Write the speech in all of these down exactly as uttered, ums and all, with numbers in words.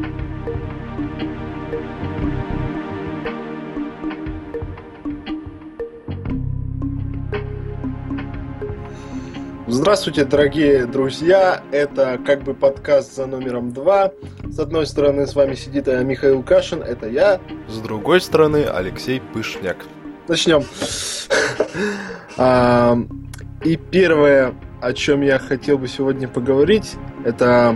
Здравствуйте, дорогие друзья! Это как бы подкаст за номером два. С одной стороны, с вами сидит Михаил Кашин, это я. С другой стороны, Алексей Пышняк. Начнем. И первое, о чем я хотел бы сегодня поговорить, это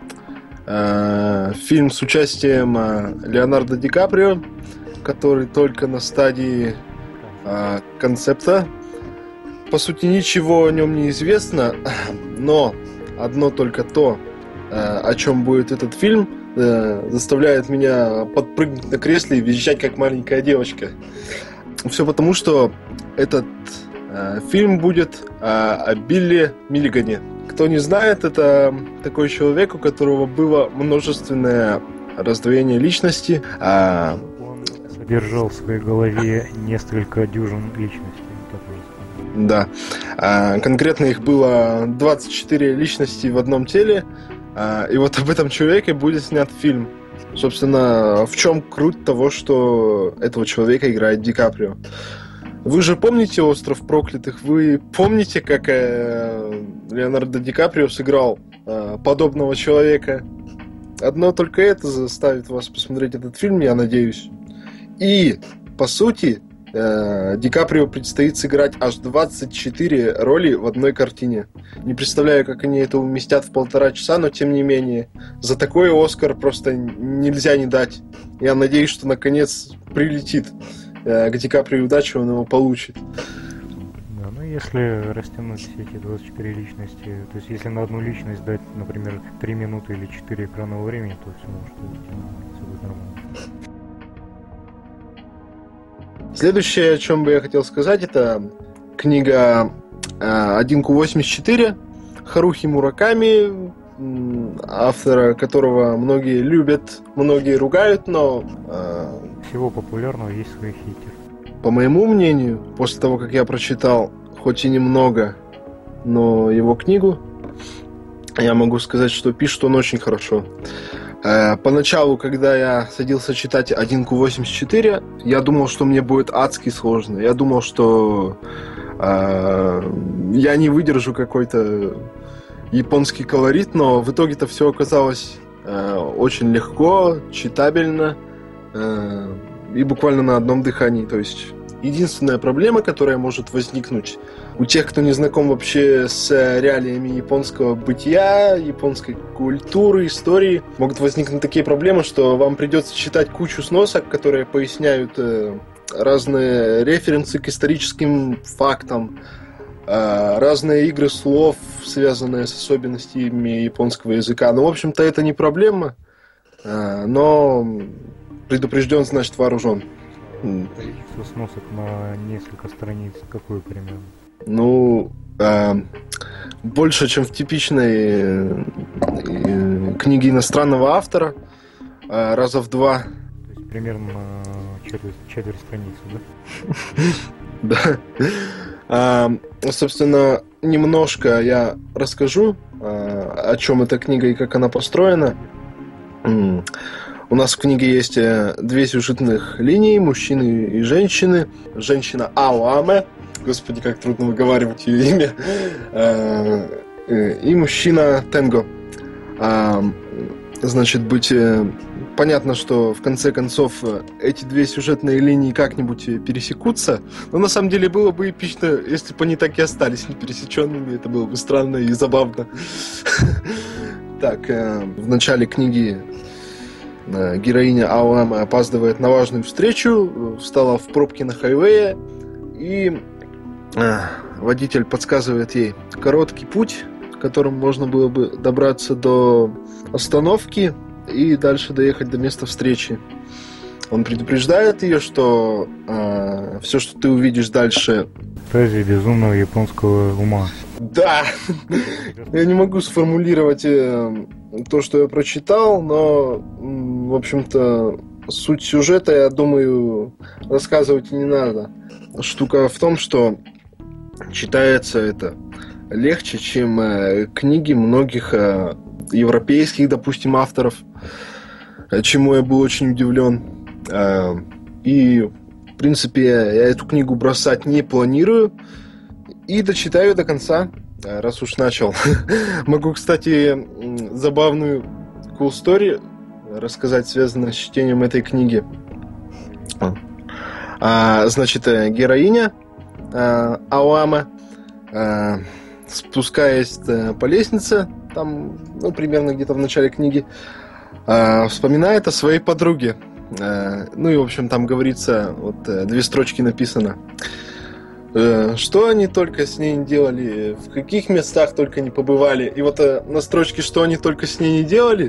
фильм с участием Леонардо Ди Каприо, который только на стадии концепта. По сути, ничего о нем не известно, но одно только то, о чем будет этот фильм, заставляет меня подпрыгнуть на кресле и визжать, как маленькая девочка. Все потому, что этот фильм будет о Билли Миллигане. Кто не знает, это такой человек, у которого было множественное раздвоение личности. Он содержал в своей голове несколько дюжин личностей. Да. А, конкретно их было двадцать четыре личности в одном теле. А, и вот об этом человеке будет снят фильм. Собственно, в чем круть того, что этого человека играет Ди Каприо? Вы же помните «Остров проклятых»? Вы помните, как э, Леонардо Ди Каприо сыграл э, подобного человека? Одно только это заставит вас посмотреть этот фильм, я надеюсь. И, по сути, Ди Каприо предстоит сыграть аж двадцать четыре роли в одной картине. Не представляю, как они это уместят в полтора часа, но тем не менее. За такой Оскар просто нельзя не дать. Я надеюсь, что наконец прилетит к Ди Каприо удачи, он его получит. Да, ну если растянуть все эти двадцать четыре личности, то есть если на одну личность дать, например, три минуты или четыре экранного времени, то все может быть, все будет нормально. Следующее, о чем бы я хотел сказать, это книга один ку восемьдесят четыре Харухи Мураками, автора которого многие любят, многие ругают, но... Всего популярного есть свой хейтер. По моему мнению, после того, как я прочитал, хоть и немного, но его книгу, я могу сказать, что пишет он очень хорошо. Поначалу, когда я садился читать один ку восемьдесят четыре, я думал, что мне будет адски сложно. Я думал, что э, я не выдержу какой-то японский колорит, но в итоге-то все оказалось э, очень легко, читабельно э, и буквально на одном дыхании. То есть единственная проблема, которая может возникнуть у тех, кто не знаком вообще с реалиями японского бытия, японской культуры, истории, могут возникнуть такие проблемы, что вам придется читать кучу сносок, которые поясняют э, разные референсы к историческим фактам, э, разные игры слов, связанные с особенностями японского языка. Ну, в общем-то, это не проблема, э, но предупрежден, значит вооружен. Количество сносок на несколько страниц какое примерно? Ну, э, больше, чем в типичной э, книге иностранного автора, э, раза в два. То есть примерно четверть, четверть страницы, да? Да. Собственно, немножко я расскажу, о чем эта книга и как она построена. У нас в книге есть две сюжетных линии, мужчины и женщины. Женщина Аоаме, господи, как трудно выговаривать ее имя, и мужчина Тенго. Значит, быть понятно, что в конце концов эти две сюжетные линии как-нибудь пересекутся, но на самом деле было бы эпично, если бы они так и остались непересеченными, это было бы странно и забавно. Так, в начале книги героиня Аоаме опаздывает на важную встречу, встала в пробке на хайвее, и водитель подсказывает ей короткий путь, которым можно было бы добраться до остановки и дальше доехать до места встречи. Он предупреждает ее, что э, все, что ты увидишь дальше... Фантазия безумного японского ума. Да! Я не могу сформулировать э, то, что я прочитал, но, в общем-то, суть сюжета, я думаю, рассказывать и не надо. Штука в том, что читается это легче, чем э, книги многих э, европейских, допустим, авторов. чему я был очень удивлен. И, в принципе, я эту книгу бросать не планирую. И дочитаю до конца, раз уж начал. Могу, кстати, забавную cool story рассказать, связанную с чтением этой книги. Значит, героиня Аоаме, спускаясь по лестнице, там, ну, примерно где-то в начале книги, вспоминает о своей подруге. Ну и, в общем, там говорится, вот две строчки написано. Что они только с ней не делали, в каких местах только не побывали. И вот на строчке, что они только с ней не делали,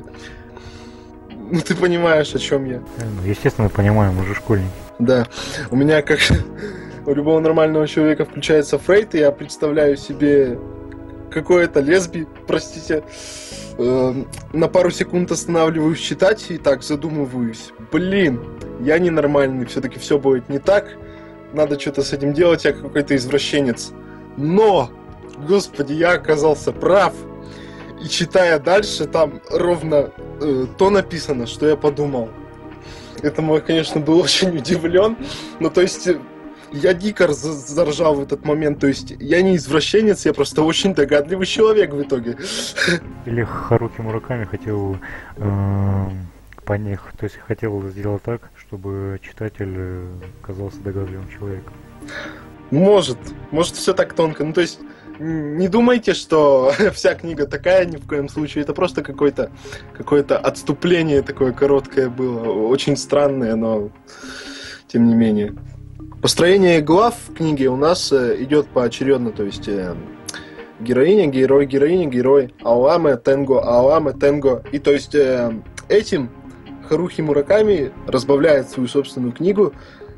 ну ты понимаешь, о чем я. Естественно, понимаю, мы же школьники. Да, у меня, как у любого нормального человека, включается Фрейд, и я представляю себе какое-то лесби, простите, э, на пару секунд останавливаюсь читать и так задумываюсь. Блин, я ненормальный, все-таки все будет не так, надо что-то с этим делать, я какой-то извращенец. Но, господи, я оказался прав. И читая дальше, там ровно э, то написано, что я подумал. Этому я, конечно, был очень удивлен. Ну, то есть, я дико заржал в этот момент. То есть, я не извращенец, я просто очень догадливый человек в итоге. Или Харуки Мураками хотел э, понять, то есть, хотел сделать так, чтобы читатель казался догадливым человеком. Может, может все так тонко. Ну, то есть, не думайте, что вся книга такая, ни в коем случае. Это просто какое-то, какое-то отступление такое короткое было. Очень странное, но тем не менее. Построение глав в книге у нас идет поочередно. То есть героиня, герой, героиня, герой. Аоаме, Тенго, Аоаме, Тенго. И то есть этим Харухи Мураками разбавляет свою собственную книгу.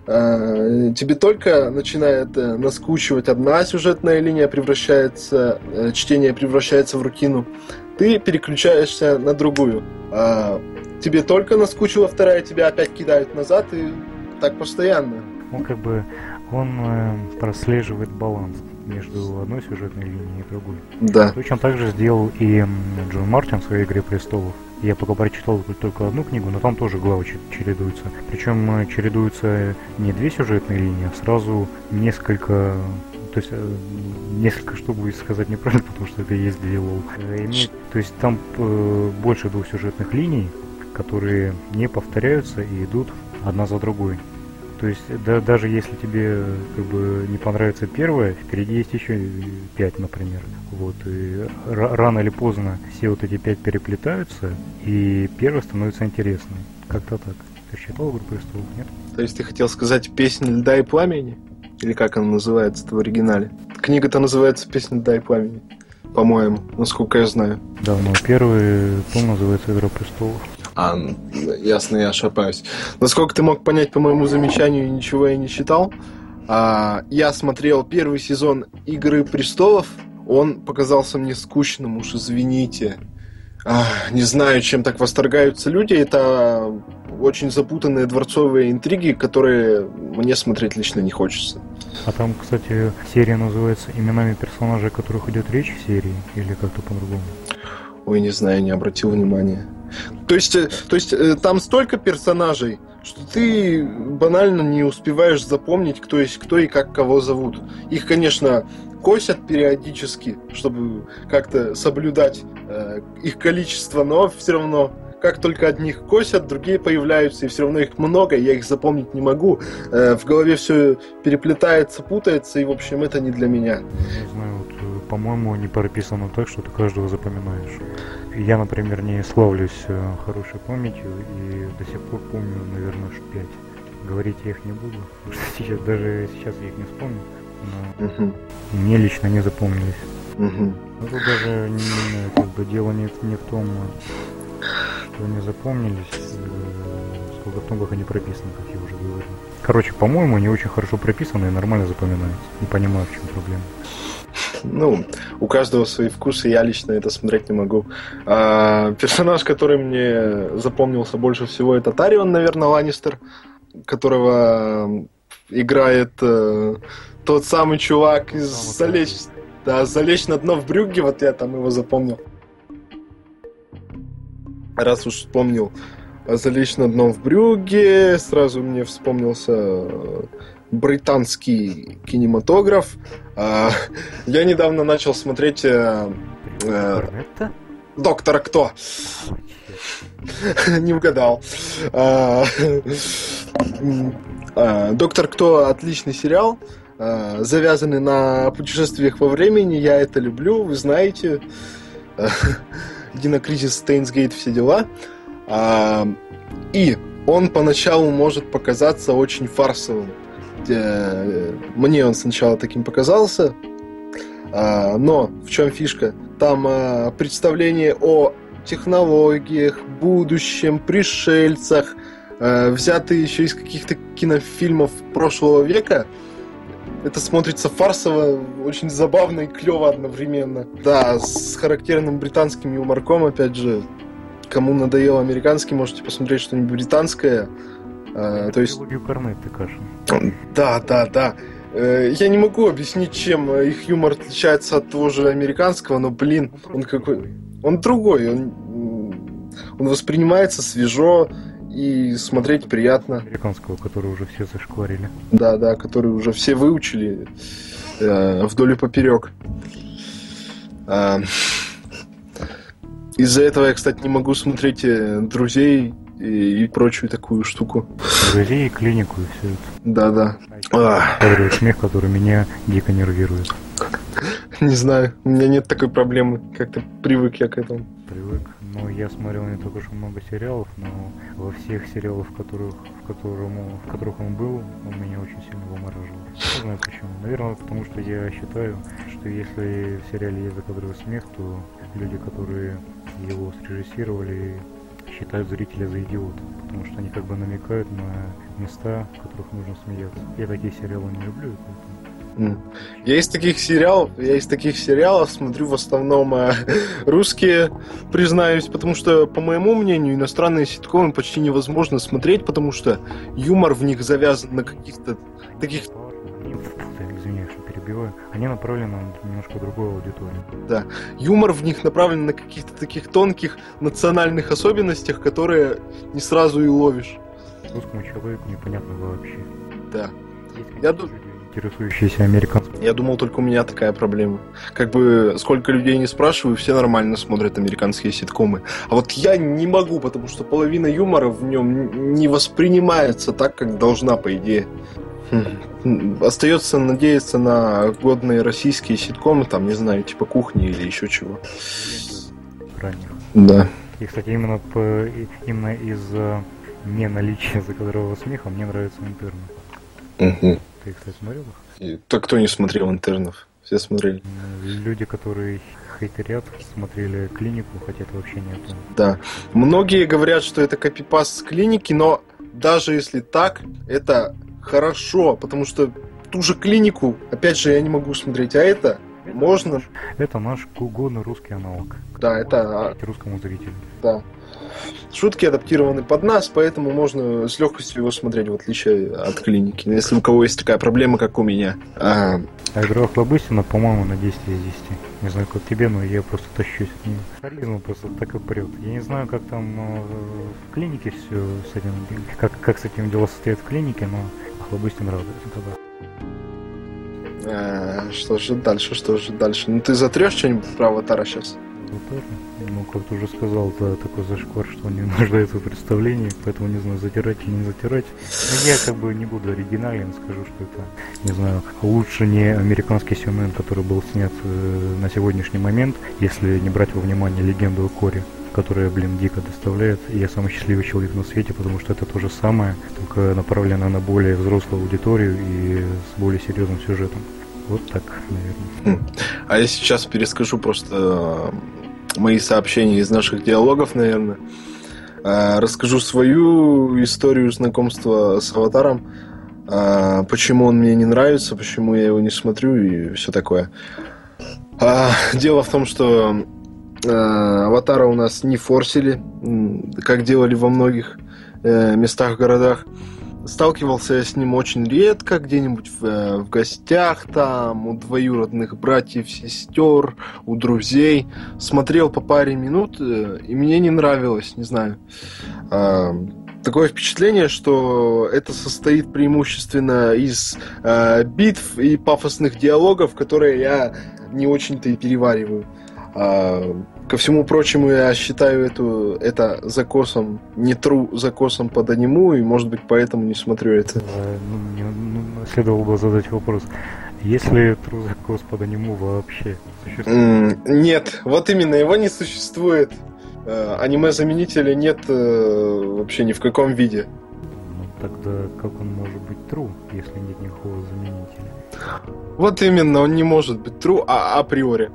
Тебе только начинает наскучивать одна сюжетная линия, превращается, чтение превращается в рутину, ты переключаешься на другую. Тебе только наскучила вторая, тебя опять кидают назад, и так постоянно. Он как бы он прослеживает баланс между одной сюжетной линией и другой. Да. Точно так же сделал и Джон Мартин в своей «Игре престолов». Я пока прочитал только одну книгу, но там тоже главы чередуются. Причем чередуются не две сюжетные линии, а сразу несколько... То есть несколько штук будет сказать неправильно, потому что это и есть две лол. То есть там э, больше двух сюжетных линий, которые не повторяются и идут одна за другой. То есть да, даже если тебе как бы не понравится первая, впереди есть еще пять, например. Вот, и р- рано или поздно все вот эти пять переплетаются, и первая становится интересной. Как-то так. Ты читал «Игру престолов», нет? То есть ты хотел сказать «Песня льда и пламени»? Или как она называется в оригинале? Книга-то называется «Песня льда и пламени», по-моему, насколько я знаю. Да, но первый том называется «Игра престолов». А, ясно, я ошибаюсь. Насколько ты мог понять по моему замечанию, ничего я не читал. А, я смотрел первый сезон «Игры престолов». Он показался мне скучным, уж извините. А, не знаю, чем так восторгаются люди. Это очень запутанные дворцовые интриги, которые мне смотреть лично не хочется. А там, кстати, серия называется именами персонажей, о которых идет речь в серии, или как-то по-другому? Ой, не знаю, не обратил внимания. То есть, то есть там столько персонажей, что ты банально не успеваешь запомнить, кто есть кто и как кого зовут. Их, конечно, косят периодически, чтобы как-то соблюдать э, их количество, но все равно, как только одних косят, другие появляются, и все равно их много, и я их запомнить не могу. Э, в голове все переплетается, путается, и, в общем, это не для меня. Не знаю, вот, по-моему, не прописано так, что ты каждого запоминаешь. Я, например, не славлюсь хорошей памятью и до сих пор помню, наверное, аж пять. Говорить я их не буду, потому что сейчас, даже сейчас я их не вспомню, но угу. Мне лично не запомнились. Угу. Но тут даже не, как бы, дело не, не в том, что они запомнились, сколько в том, как они прописаны, как я уже говорил. Короче, по-моему, они очень хорошо прописаны и нормально запоминаются. Не понимаю, в чем проблема. Ну, у каждого свои вкусы, я лично это смотреть не могу. А, персонаж, который мне запомнился больше всего, это Тарион, наверное, Ланнистер, которого играет э, тот самый чувак из «Залечь, да, «Залечь на дно в брюгге», вот я там его запомнил. Раз уж вспомнил. залечь на дно в Брюгге. Сразу мне вспомнился британский кинематограф. Я недавно начал смотреть «Доктора Кто». Не угадал. «Доктор Кто» — отличный сериал, завязанный на путешествиях во времени. Я это люблю, вы знаете. Генокризис, Стейнсгейт, все дела. И он поначалу может показаться очень фарсовым. Мне он сначала таким показался. Но в чем фишка? Там представление о технологиях, будущем, пришельцах, взятые еще из каких-то кинофильмов прошлого века. Это смотрится фарсово, очень забавно и клево одновременно. Да, с характерным британским юморком, опять же. Кому надоело американский, можете посмотреть что-нибудь британское. А, то есть... Корнетты, Кашин. Да, да, да. Я не могу объяснить, чем их юмор отличается от того же американского, но, блин, он какой... Он другой, он, он воспринимается свежо и смотреть приятно. Американского, который уже все зашкварили. Да, да, который уже все выучили э, вдоль и поперек. Э, из-за этого я, кстати, не могу смотреть «Друзей» и, и прочую такую штуку. «Друзей» и «Клинику» и все это. Да, да. Который смех, который меня дико нервирует. Не знаю, у меня нет такой проблемы. Как-то привык я к этому. Привык. Ну, я смотрел не так уж много сериалов, но во всех сериалах, в которых, в, которому, в которых он был, он меня очень сильно вымораживал. Не знаю почему. Наверное, потому что я считаю, что если в сериале есть закадровый смех, то люди, которые его срежиссировали, считают зрителя за идиота, потому что они как бы намекают на места, в которых нужно смеяться. Я такие сериалы не люблю, поэтому... Я из таких сериалов, я из таких сериалов смотрю в основном э, русские, признаюсь, потому что, по моему мнению, иностранные ситкомы почти невозможно смотреть, потому что юмор в них завязан на каких-то таких... Извиняюсь, что перебиваю. Они направлены на немножко другую аудиторию. Да. Юмор в них направлен на каких-то таких тонких национальных особенностях, которые не сразу и ловишь. Русскому человеку непонятно вообще. Да. Я думаю... интересующиеся американцами. Я думал, только у меня такая проблема. Как бы, сколько людей не спрашиваю, все нормально смотрят американские ситкомы. А вот я не могу, потому что половина юмора в нем не воспринимается так, как должна, по идее. Хм. Остается надеяться на годные российские ситкомы, там, не знаю, типа «Кухни» или еще чего. Ранних. Да. И, кстати, именно, по, именно из-за неналичия закадрового смеха мне нравится «Интерны». Угу. Ты, кстати, смотрел их? Так кто не смотрел «Интернов»? Все смотрели. Люди, которые хейтерят, смотрели «Клинику», хотя это вообще не это. Да. Многие говорят, что это копипаст с «Клиники», но даже если так, это хорошо, потому что ту же «Клинику», опять же, я не могу смотреть, а это, это можно... Наш, это наш годный русский аналог. Да, это... Русскому зрителю. Да. Шутки адаптированы под нас, поэтому можно с легкостью его смотреть, в отличие от «Клиники». Если у кого есть такая проблема, как у меня. А, а игра Хлобыстина, по-моему, на десять из десяти. Не знаю, как тебе, но я просто тащусь от нее. Харизма просто так и прет. Я не знаю, как там э, в «Клинике» все с этим, как, как с этим дела состоят в «Клинике», но Хлобыстин радует тогда. А, что же дальше, что же дальше? Ну ты затрешь что-нибудь про «Аватара» сейчас? «Аватар»? Ну, как ты уже сказал, это такой зашквар, что он не нуждается в представлении, поэтому не знаю, затирать или не затирать. Но я как бы не буду оригинален, скажу, что это, не знаю, лучше не американский сюжет, который был снят э, на сегодняшний момент, если не брать во внимание «Легенду о Корре», которая, блин, дико доставляет. И я самый счастливый человек на свете, потому что это то же самое, только направлено на более взрослую аудиторию и с более серьезным сюжетом. Вот так, наверное. А я сейчас перескажу просто мои сообщения из наших диалогов, наверное. Расскажу свою историю знакомства с «Аватаром», почему он мне не нравится, почему я его не смотрю и все такое. Дело в том, что «Аватара» у нас не форсили, как делали во многих местах, городах. Сталкивался я с ним очень редко, где-нибудь в, в гостях, там, у двоюродных братьев, сестер, у друзей. Смотрел по паре минут, и мне не нравилось, не знаю. А, такое впечатление, что это состоит преимущественно из а, битв и пафосных диалогов, которые я не очень-то и перевариваю. А, ко всему прочему, я считаю эту, это закосом, не тру закосом под аниму, и, может быть, поэтому не смотрю это. А, ну, мне, ну, следовало бы задать вопрос. Есть ли тру закос под аниму вообще существует? Mm, нет, вот именно, его не существует. А, аниме-заменителя нет а, вообще ни в каком виде. Ну, тогда как он может быть true, если нет никакого заменителя? Вот именно, он не может быть true а априори.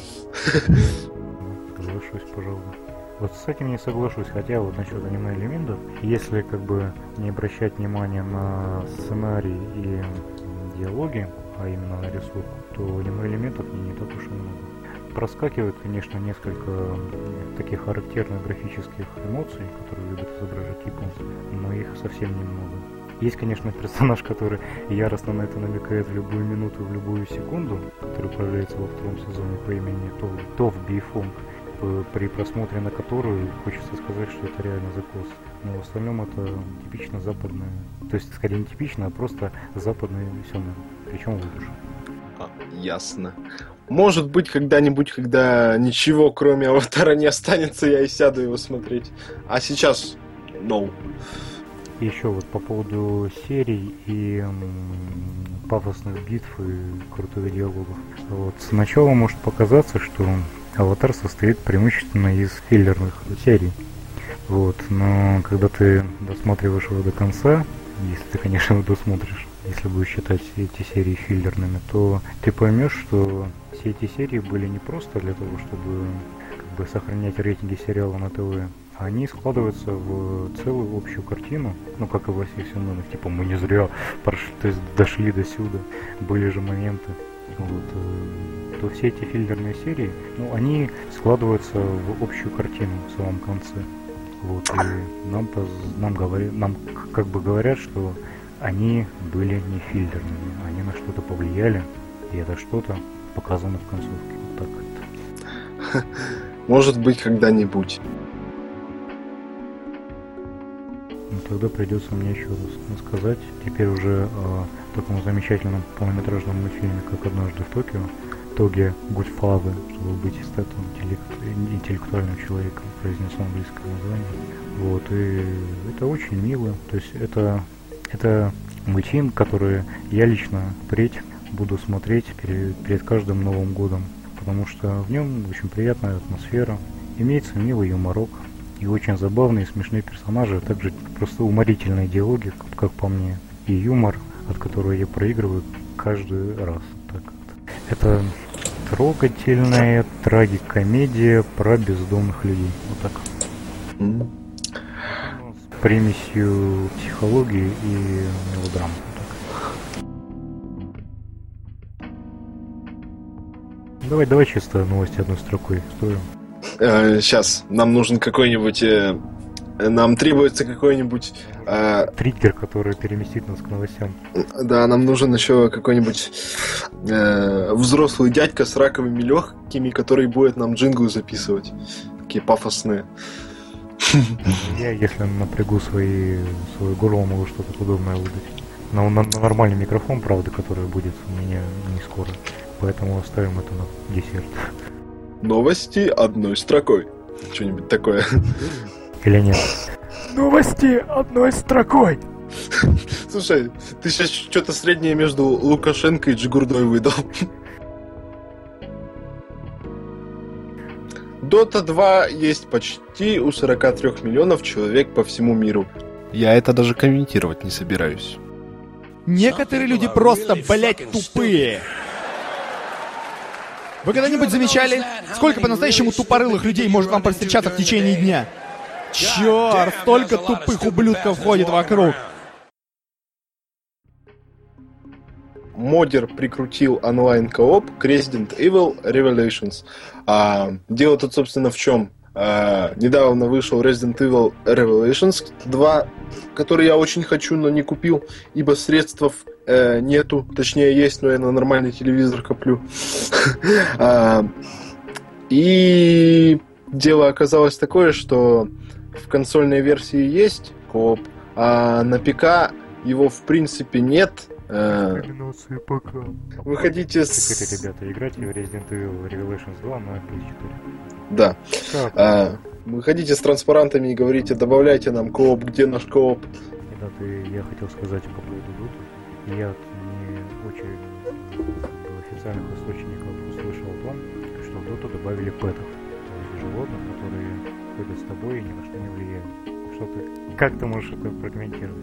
Соглашусь, пожалуй. Вот с этим не соглашусь, хотя вот насчет аниме-элементов, если как бы не обращать внимания на сценарий и диалоги, а именно на рисунок, то аниме-элементов не, не так уж и много. Проскакивает, конечно, несколько таких характерных графических эмоций, которые любят изображать японцы, но их совсем немного. Есть, конечно, персонаж, который яростно на это намекает в любую минуту, в любую секунду, который появляется во втором сезоне по имени Тов Бифон, при просмотре на которую хочется сказать, что это реально закос. Но в остальном это типично западное, то есть скорее не типично, а просто западное сёнэн, причем лучше. А, ясно. Может быть, когда-нибудь, когда ничего кроме Аватара не останется, я и сяду его смотреть. А сейчас no. И еще вот по поводу серий и м, пафосных битв и крутых диалогов. Вот. Сначала может показаться, что Аватар состоит преимущественно из филлерных серий. Вот. Но когда ты досматриваешь его до конца, если ты, конечно, его досмотришь, если будешь считать эти серии филлерными, то ты поймешь, что все эти серии были не просто для того, чтобы как бы сохранять рейтинги сериала на ТВ, а они складываются в целую общую картину, ну как и во всех сёнэнах, типа мы не зря прошли, то есть дошли до сюда, были же моменты. Вот, то все эти филлерные серии, ну, они складываются в общую картину в самом конце. Вот, и нам, нам, говорят, нам как бы говорят, что они были не филлерными, они на что-то повлияли, и это что-то показано в концовке. Вот так вот. Может быть, когда-нибудь. Ну, тогда придется мне еще раз сказать, теперь уже о таком замечательном полнометражном мультфильме, как «Однажды в Токио», Тоги Гудфавы, чтобы быть эстетом, интеллектуальным человеком, произнесу английское название. Вот, и это очень мило, то есть это, это мультфильм, который я лично впредь буду смотреть перед, перед каждым Новым годом, потому что в нем очень приятная атмосфера, имеется милый юморок, и очень забавные и смешные персонажи, а также просто уморительные диалоги, как, как по мне, и юмор, от которого я проигрываю каждый раз. Так вот. Это трогательная трагикомедия про бездомных людей. Вот так. Mm. С примесью психологии и мелодрамы. Давай, давай чисто новости одной строкой стоим. Сейчас, нам нужен какой-нибудь... Э, нам требуется какой-нибудь... Э, триггер, который переместит нас к новостям. Да, нам нужен еще какой-нибудь э, взрослый дядька с раковыми легкими, который будет нам джинглы записывать. Такие пафосные. Я, если напрягу свои, свое горло, могу что-то подобное выдать. Но на, на нормальный микрофон, правда, который будет у меня не скоро. Поэтому оставим это на десерт. Новости одной строкой. Что-нибудь такое. Или нет? Новости одной строкой. Слушай, ты сейчас что-то среднее между Лукашенко и Джигурдой выдал. Дота два есть почти у сорок три миллионов человек по всему миру. Я это даже комментировать не собираюсь. Некоторые люди просто, блять, тупые. Вы когда-нибудь замечали, сколько по-настоящему тупорылых людей может вам повстречаться в течение дня? Чёрт, столько тупых ублюдков ходит вокруг. Модер прикрутил онлайн-кооп к Resident Evil Revelations. А, дело тут, собственно, в чем? А, недавно вышел Resident Evil Revelations два, который я очень хочу, но не купил, ибо средств э, нету. Точнее, есть, но я на нормальный телевизор коплю. а, и дело оказалось такое, что в консольной версии есть кооп, а на ПК его в принципе нет. Комбинации ПК. Вы хотите Теперь, с... ребята, играть в Resident Evil Revelations два на пи эс четыре. Да. Как? А, вы ходите с транспарантами и говорите, добавляйте нам кооп, где наш кооп? Ребята, я хотел сказать по поводу Доты. Я не очень в официальных источниках услышал о том, что в Доту добавили пэтов, то есть животных, которые ходят с тобой и ни на что не влияют. Что ты, как ты можешь это прокомментировать?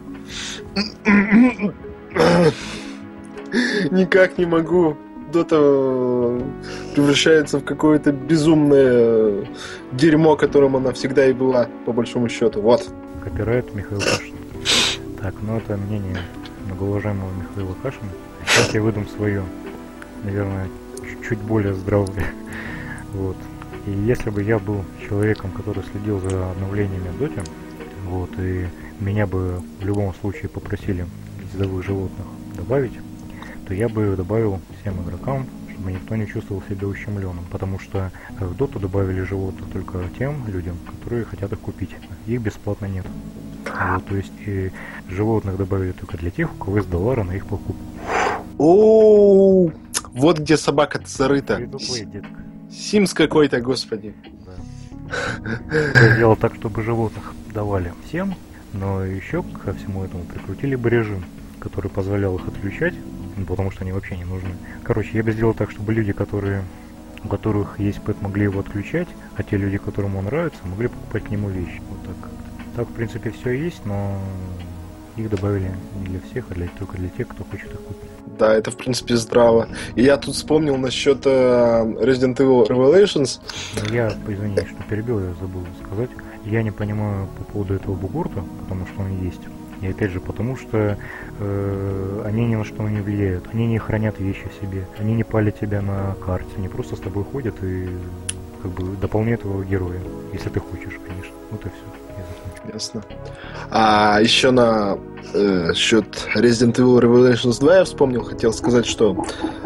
Никак не могу. Дота превращается в какое-то безумное дерьмо, которым она всегда и была, по большому счету. Вот. Копирайт Михаил Кашин. Так, ну это мнение многоуважаемого Михаила Кашина. Сейчас я выдам свое, наверное, чуть более здравое. Вот. И если бы я был человеком, который следил за обновлениями в Доте, вот, и меня бы в любом случае попросили ездовых животных добавить, то я бы добавил всем игрокам, чтобы никто не чувствовал себя ущемленным, потому что в Доту добавили животных только тем людям, которые хотят их купить. Их бесплатно нет. Вот, то есть и животных добавили только для тех, у кого есть доллары на их покупку. О, вот где собака-то зарыта. Free-to-play, детка. Симс какой-то, господи. Да. Делал так, чтобы животных давали всем, но еще ко всему этому прикрутили бы режим, который позволял их отключать, ну, потому что они вообще не нужны. Короче, я бы сделал так, чтобы люди, которые, у которых есть пэт, могли его отключать, а те люди, которым он нравится, могли покупать к нему вещи. Вот так. Так, в принципе, все есть, но их добавили не для всех, а для, только для тех, кто хочет их купить. Да, это, в принципе, здраво. И я тут вспомнил насчет uh, Resident Evil Revelations. Я, извини, что перебил, я забыл сказать. Я не понимаю по поводу этого бугурта, потому что он есть. И опять же, потому что э, они ни на что не влияют. Они не хранят вещи в себе. Они не палят тебя на карте. Они просто с тобой ходят и как бы дополняют твоего героя. Если ты хочешь, конечно. Вот и все. Ясно. А еще на э, счет Resident Evil Revelations два я вспомнил, хотел сказать, что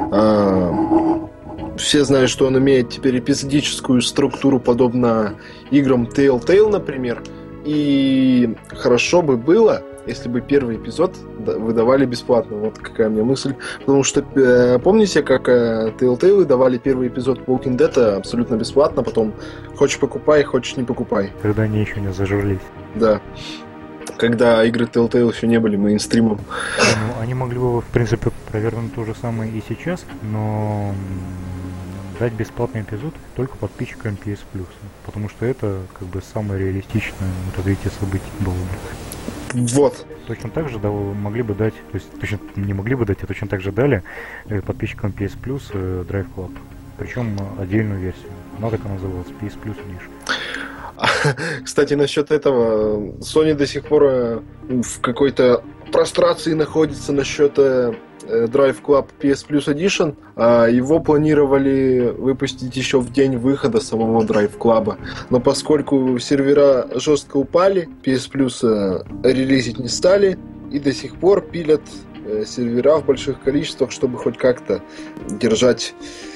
э, все знают, что он имеет теперь эпизодическую структуру, подобно играм Telltale, например. И хорошо бы было, если бы первый эпизод выдавали бесплатно. Вот какая у меня мысль. Потому что э, помните, как э, Telltale давали первый эпизод Walking Dead абсолютно бесплатно, потом хочешь покупай, хочешь не покупай. Когда они еще не зажрались. Да. Когда игры Telltale еще не были мейнстримом. Ну, они могли бы, в принципе, провернуть то же самое и сейчас, но дать бесплатный эпизод только подписчикам пи эс Plus, потому что это как бы самое реалистичное развитие событий было бы. Вот. Точно так же да, могли бы дать, то есть точно не могли бы дать, а точно так же дали подписчикам пи эс Plus э, Drive Club, причем отдельную версию. Она так и называлась, пи эс Plus Edition. Кстати, насчет этого, Sony до сих пор в какой-то прострации находится насчет Drive Club пи эс Plus Edition. Его планировали выпустить еще в день выхода самого Drive Club. Но поскольку сервера жестко упали, пи эс Plus релизить не стали и до сих пор пилят сервера в больших количествах, чтобы хоть как-то держать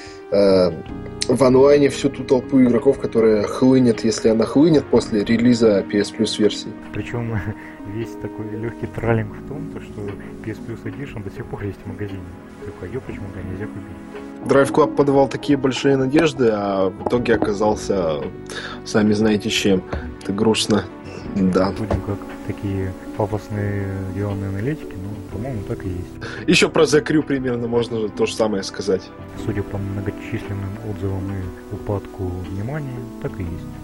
в онлайне всю ту толпу игроков, которая хлынет, если она хлынет после релиза пи эс Plus версии. Причем весь такой легкий троллинг в том, что пи эс Plus Edition до сих пор есть в магазине. Только ее почему-то нельзя купить. Drive Club подавал такие большие надежды, а в итоге оказался, сами знаете чем. Это грустно. Да. Будем как такие пафосные деланные аналитики, но, по-моему, так и есть. Еще про The Crew примерно можно же то же самое сказать. Судя по многочисленным отзывам и упадку внимания, так и есть.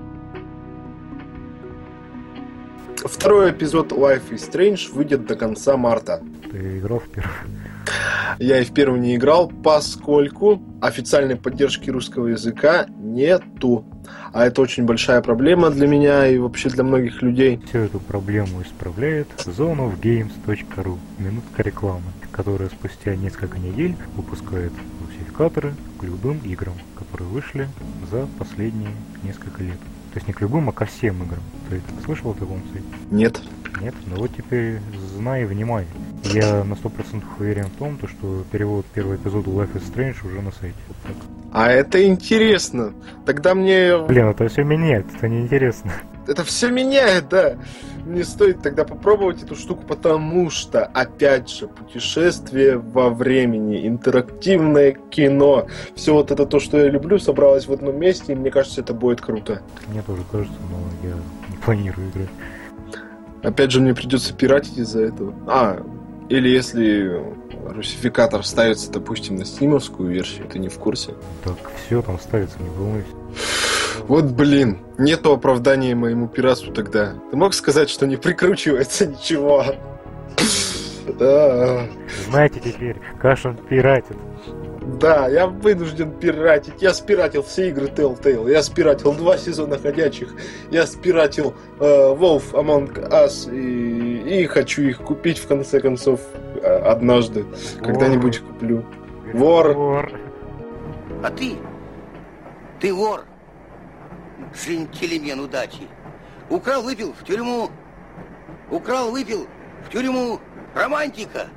Второй эпизод Life is Strange выйдет до конца марта. Ты играл в первый? Я и в первый не играл, поскольку официальной поддержки русского языка нету. А это очень большая проблема для меня и вообще для многих людей. Всю эту проблему исправляет зон оф геймс точка ру, минутка рекламы, которая спустя несколько недель выпускает русификаторы к любым играм, которые вышли за последние несколько лет. То есть не к любым, а ко всем играм. Ты слышал о таком сайте? Нет. Нет? Ну вот теперь знай и внимай. Я на сто процентов уверен в том, что перевод первого эпизода Life is Strange уже на сайте. Вот так. А это интересно. Тогда мне... Блин, это все меняет, это неинтересно. это все меняет, да. Мне стоит тогда попробовать эту штуку, потому что, опять же, путешествие во времени, интерактивное кино, все вот это то, что я люблю, собралось в одном месте, и мне кажется, это будет круто. Мне тоже кажется, но я не планирую играть. Опять же, мне придется пиратить из-за этого. А, или если русификатор ставится, допустим, на стимовскую версию, ты не в курсе? Так, все там ставится, не волнуйся. Вот, блин, нету оправдания моему пиратству тогда. Ты мог сказать, что не прикручивается ничего? Знаете теперь, Кашин пиратит. Да, я вынужден пиратить. Я спиратил все игры Telltale. Я спиратил два сезона Ходячих. Я спиратил э, Wolf Among Us. И, и хочу их купить, в конце концов, однажды. Вор. Когда-нибудь куплю. Вор. Вор. А ты? Ты вор. Джентльмен удачи. Украл, выпил, в тюрьму. Украл, выпил, в тюрьму. Романтика.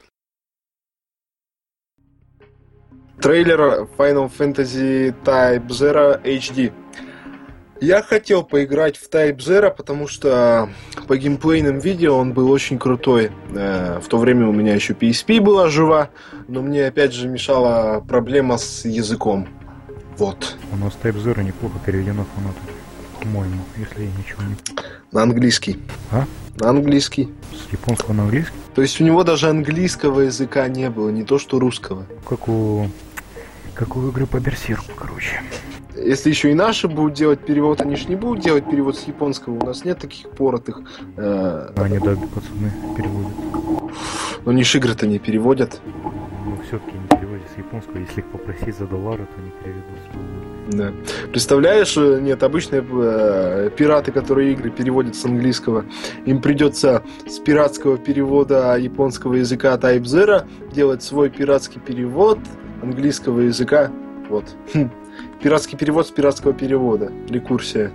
Трейлер Final Fantasy Type Zero эйч ди. Я хотел поиграть в Type Zero, потому что по геймплейным видео он был очень крутой. В то время у меня еще пи эс пи была жива, но мне опять же мешала проблема с языком. Вот. У нас Type Zero неплохо переведено фанату, по-моему, если я ничего не... На английский. А? На английский. С японского на английский? То есть у него даже английского языка не было, не то что русского. Как у... Как у игры по Берсерку, короче. Если еще и наши будут делать перевод, они же не будут делать перевод с японского. У нас нет таких поротых. Э... Они, да, пацаны, переводят. Но они ж игры-то не переводят. Ну, все-таки не переводят с японского. Если их попросить за доллары, то они переведут с доллара. Да. Представляешь, нет, обычные э, пираты, которые игры переводят с английского, им придется с пиратского перевода японского языка Type Zero делать свой пиратский перевод английского языка. Вот. Хм. Пиратский перевод с пиратского перевода. Рекурсия.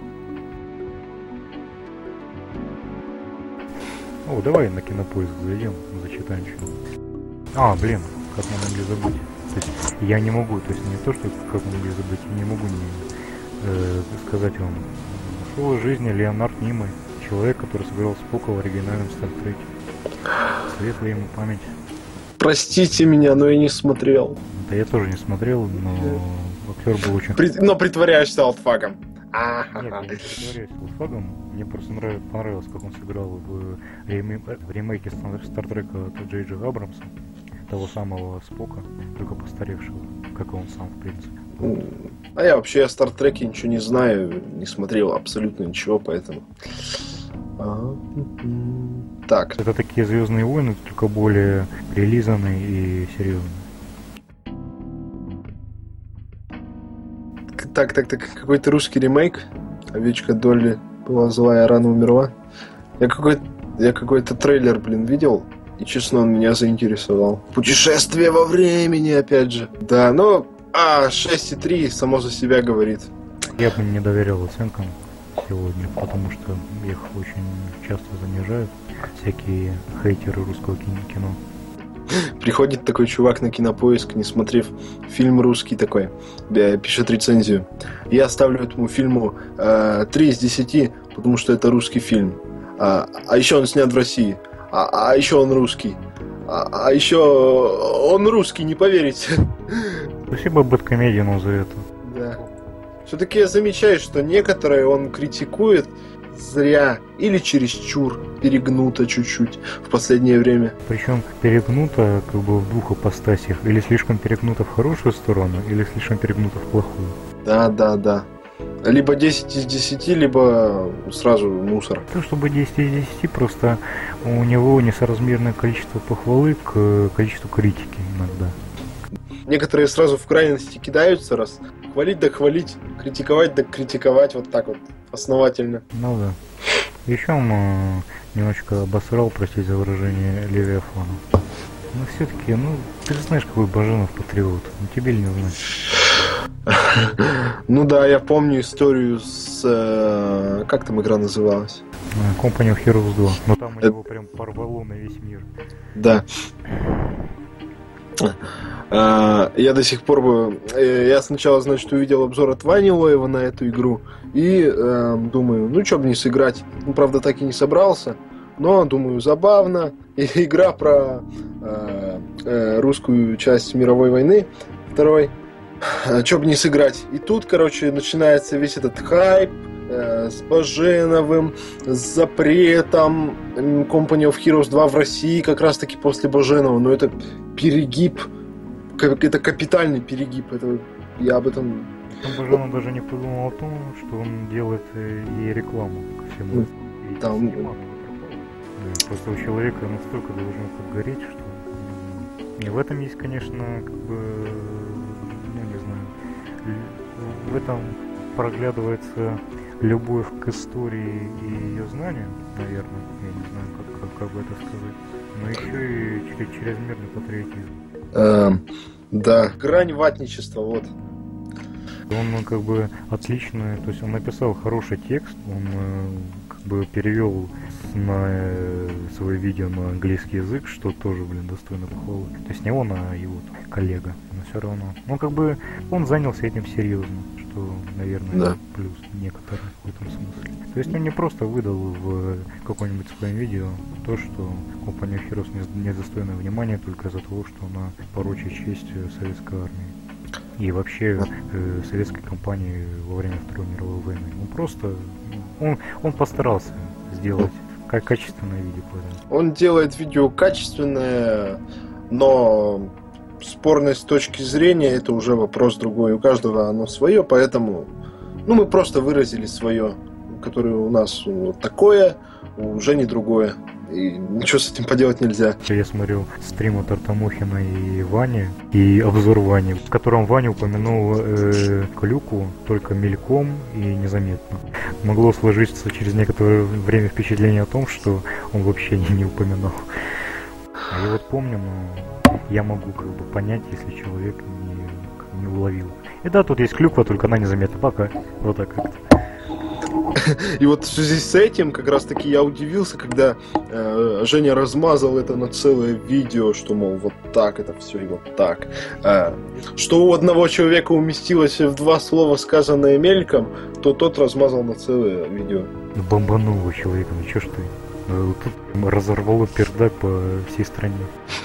О, давай на Кинопоиск зайдем, зачитаем что. А, блин, как мы могли забыть. То есть я не могу, то есть не то, что как мы могли забыть, я не могу не э, сказать вам. Шел из жизни Леонард Нимой, человек, который сыграл Спока в оригинальном Стартреке. Светлая ему память. Простите меня, но я не смотрел. Да я тоже не смотрел, но актер был очень... При... Но притворяешься олдфагом. Нет, я не притворяюсь олдфагом. Мне просто нравится, понравилось, как он сыграл в, рем... в ремейке Стартрека от Джей Джей Абрамса. Того самого Спока, только постаревшего, как и он сам, в принципе. А я вообще о Стартреке ничего не знаю, не смотрел абсолютно ничего, поэтому... Так. Это такие Звездные войны, только более прилизанные и серьезные. Так, так, так, какой-то русский ремейк. Овечка Долли была злая, рано умерла. Я какой-то, я какой-то трейлер, блин, видел. И, честно, он меня заинтересовал. Путешествие во времени, опять же. Да, ну, а, шесть и три само за себя говорит. Я бы не доверял оценкам сегодня, потому что их очень часто занижают всякие хейтеры русского кино. Приходит такой чувак на Кинопоиск, не смотрев фильм русский такой, пишет рецензию. Я ставлю этому фильму э, три из десяти, потому что это русский фильм. А, а еще он снят в России. А, а еще он русский. А, а еще он русский, не поверите. Спасибо Бэдкомедиану за это. Да. Все-таки я замечаю, что некоторые он критикует зря или чересчур перегнуто чуть-чуть в последнее время. Причем перегнуто как бы в двух ипостасях. Или слишком перегнуто в хорошую сторону, или слишком перегнуто в плохую. Да, да, да. Либо десять из десяти, либо сразу мусор. То, чтобы десять из десяти, просто у него несоразмерное количество похвалы к количеству критики иногда. Некоторые сразу в крайности кидаются, раз хвалить да хвалить, критиковать да критиковать, вот так вот, основательно. Ну да. Еще он э, немножечко обосрал, простите за выражение, Левиафана. Но все-таки, ну, ты же знаешь, какой Баженов патриот. Ну тебе ли не знать? Ну да, я помню историю с... Э, как там игра называлась? Company of Heroes два. Но там у него прям порвало на весь мир. Да. Я до сих пор... Я сначала, значит, увидел обзор от Вани Лоева на эту игру и э, думаю, ну, что бы не сыграть. Ну, правда, так и не собрался, но, думаю, забавно. И игра про э, э, русскую часть мировой войны второй. Что бы не сыграть. И тут, короче, начинается весь этот хайп э, с Баженовым, с запретом Company of Heroes два в России как раз-таки после Баженова. Но это перегиб. Это капитальный перегиб. Это, я об этом... Баженов даже не подумал о том, что он делает и рекламу ко всему. И да, он... Просто у человека настолько должно подгореть, что... И в этом есть, конечно, как бы... Ну, не знаю... В этом проглядывается любовь к истории и ее знанию, наверное. Я не знаю, как, как, как бы это сказать. Но еще и чрезмерный патриотизм. Эм, да, грань ватничества, вот. Он как бы отлично, то есть он написал хороший текст, он как бы перевел на свое видео на английский язык, что тоже, блин, достойно похвалы. То есть не он, а его коллега, но все равно. Ну как бы он занялся этим серьезно, что, наверное, да. Плюс некоторый в этом смысле. То есть он не просто выдал в каком-нибудь своем видео то, что Company of Heroes недостойна внимания только из-за того, что она порочит честь советской армии. И вообще э, советской компании во время Второй мировой войны. Он просто... Он, он постарался сделать как качественное видео. Он делает видео качественное, но спорность с точки зрения это уже вопрос другой. У каждого оно свое, поэтому ну, мы просто выразили свое, которое у нас вот такое, у Жени другое. И ничего с этим поделать нельзя. Я смотрел стрим от Артамухина и Вани, и обзор Вани, в котором Ваня упомянул э, Клюку только мельком и незаметно. Могло сложиться через некоторое время впечатление о том, что он вообще не, не упоминал. А я вот помню, но я могу как бы понять, если человек не, не уловил. И да, тут есть клюква, только она незаметна. Пока. Вот так как-то. И вот в связи с этим как раз таки я удивился, когда э, Женя размазал это на целое видео, что, мол, вот так это все и вот так. Э, что у одного человека уместилось в два слова, сказанное мельком, то тот размазал на целое видео. Бомбануло человека, ну чё ж ты? Тут разорвало пердак по всей стране.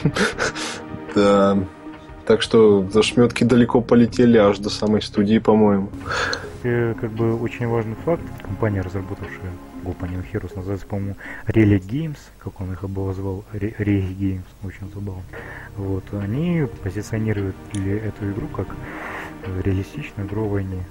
Да. Так что зашметки далеко полетели, аж до самой студии, по-моему. Как бы очень важный факт. Компания, разработавшая Company of Heroes, называется, по-моему, Relic Games, как он их обозвал, Relic Games, очень забавно. Вот, они позиционируют эту игру как реалистичную игру о войне.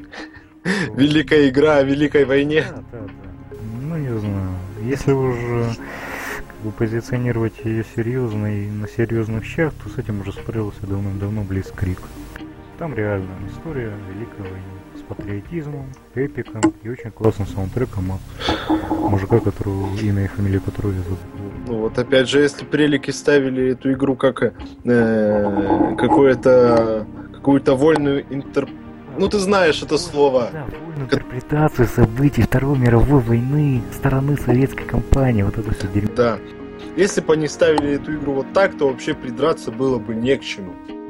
Великая игра о Великой войне. Да, да, да. Ну, не знаю. Если уже как бы позиционировать ее серьезно и на серьезных щах, то с этим уже справился давным-давно Blitzkrieg. Там реальная история Великой войны. С патриотизмом, эпиком и очень классным саундтреком от мужика, которого имя и фамилию которого я забыл. Ну вот опять же, если прелики ставили эту игру как э, какое-то какую-то вольную интер... Ну ты знаешь это слово. Да, вольную интерпретацию событий Второй мировой войны стороны советской компании, вот это все дерьмо. Да. Если бы они ставили эту игру вот так, то вообще придраться было бы не к чему.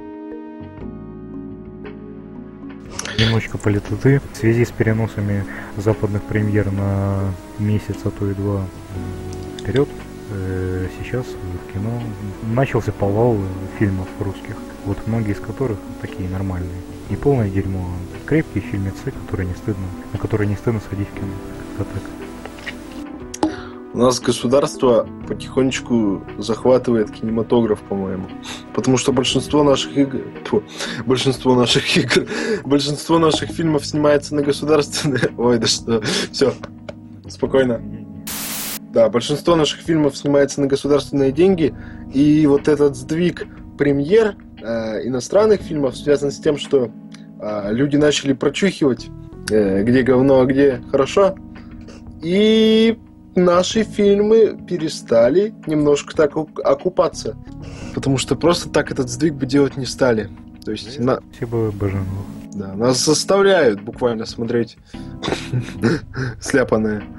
Немножечко политоты. В связи с переносами западных премьер на месяц, а то и два вперед, э, сейчас в кино начался повал фильмов русских. Вот многие из которых такие нормальные. Не полное дерьмо, а крепкие фильмецы, которые не стыдно, на которые не стыдно сходить в кино. Как-то так. У нас государство потихонечку захватывает кинематограф, по-моему. Потому что большинство наших игр... Фу, большинство наших игр... Большинство наших фильмов снимается на государственные... Ой, да что... Все, спокойно. Да, большинство наших фильмов снимается на государственные деньги. И вот этот сдвиг премьер э, иностранных фильмов связан с тем, что э, люди начали прочухивать, э, где говно, а где хорошо. И... наши фильмы перестали немножко так окупаться. Потому что просто так этот сдвиг бы делать не стали. То есть на... Спасибо, Баженов. Да, нас заставляют буквально смотреть сляпанное. Ну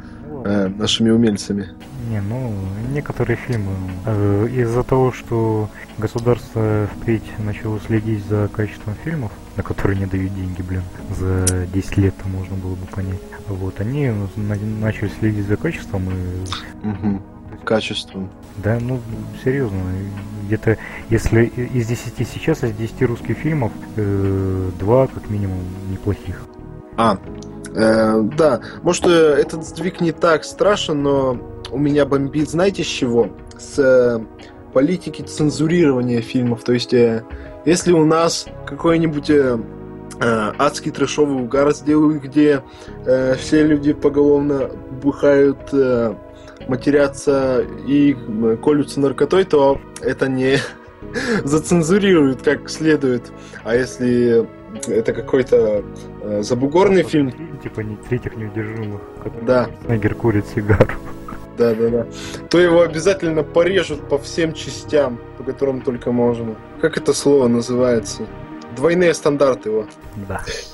э, нашими умельцами. Не, ну, некоторые фильмы э, из-за того, что государство впредь начало следить за качеством фильмов, на которые не дают деньги, блин, за десять лет можно было бы понять. Вот, они на- начали следить за качеством и... Угу. Качеством. Да, ну, серьезно, где-то, если из десяти сейчас, из десяти русских фильмов, э, два, как минимум, неплохих. А, э, да, может, э, этот сдвиг не так страшен, но у меня бомбит, знаете, с чего? С э, политики цензурирования фильмов. То есть, э, если у нас какой-нибудь э, э, адский трэшовый угар сделают, где э, все люди поголовно бухают, э, матерятся и э, колются наркотой, то это не зацензурируют как следует. А если это какой-то э, забугорный фильм... Типа не третьих неудержимых, который Да. Снайгер курит сигару. Да-да-да. То его обязательно порежут по всем частям, по которым только можно. Как это слово называется? Двойные стандарты его. Да.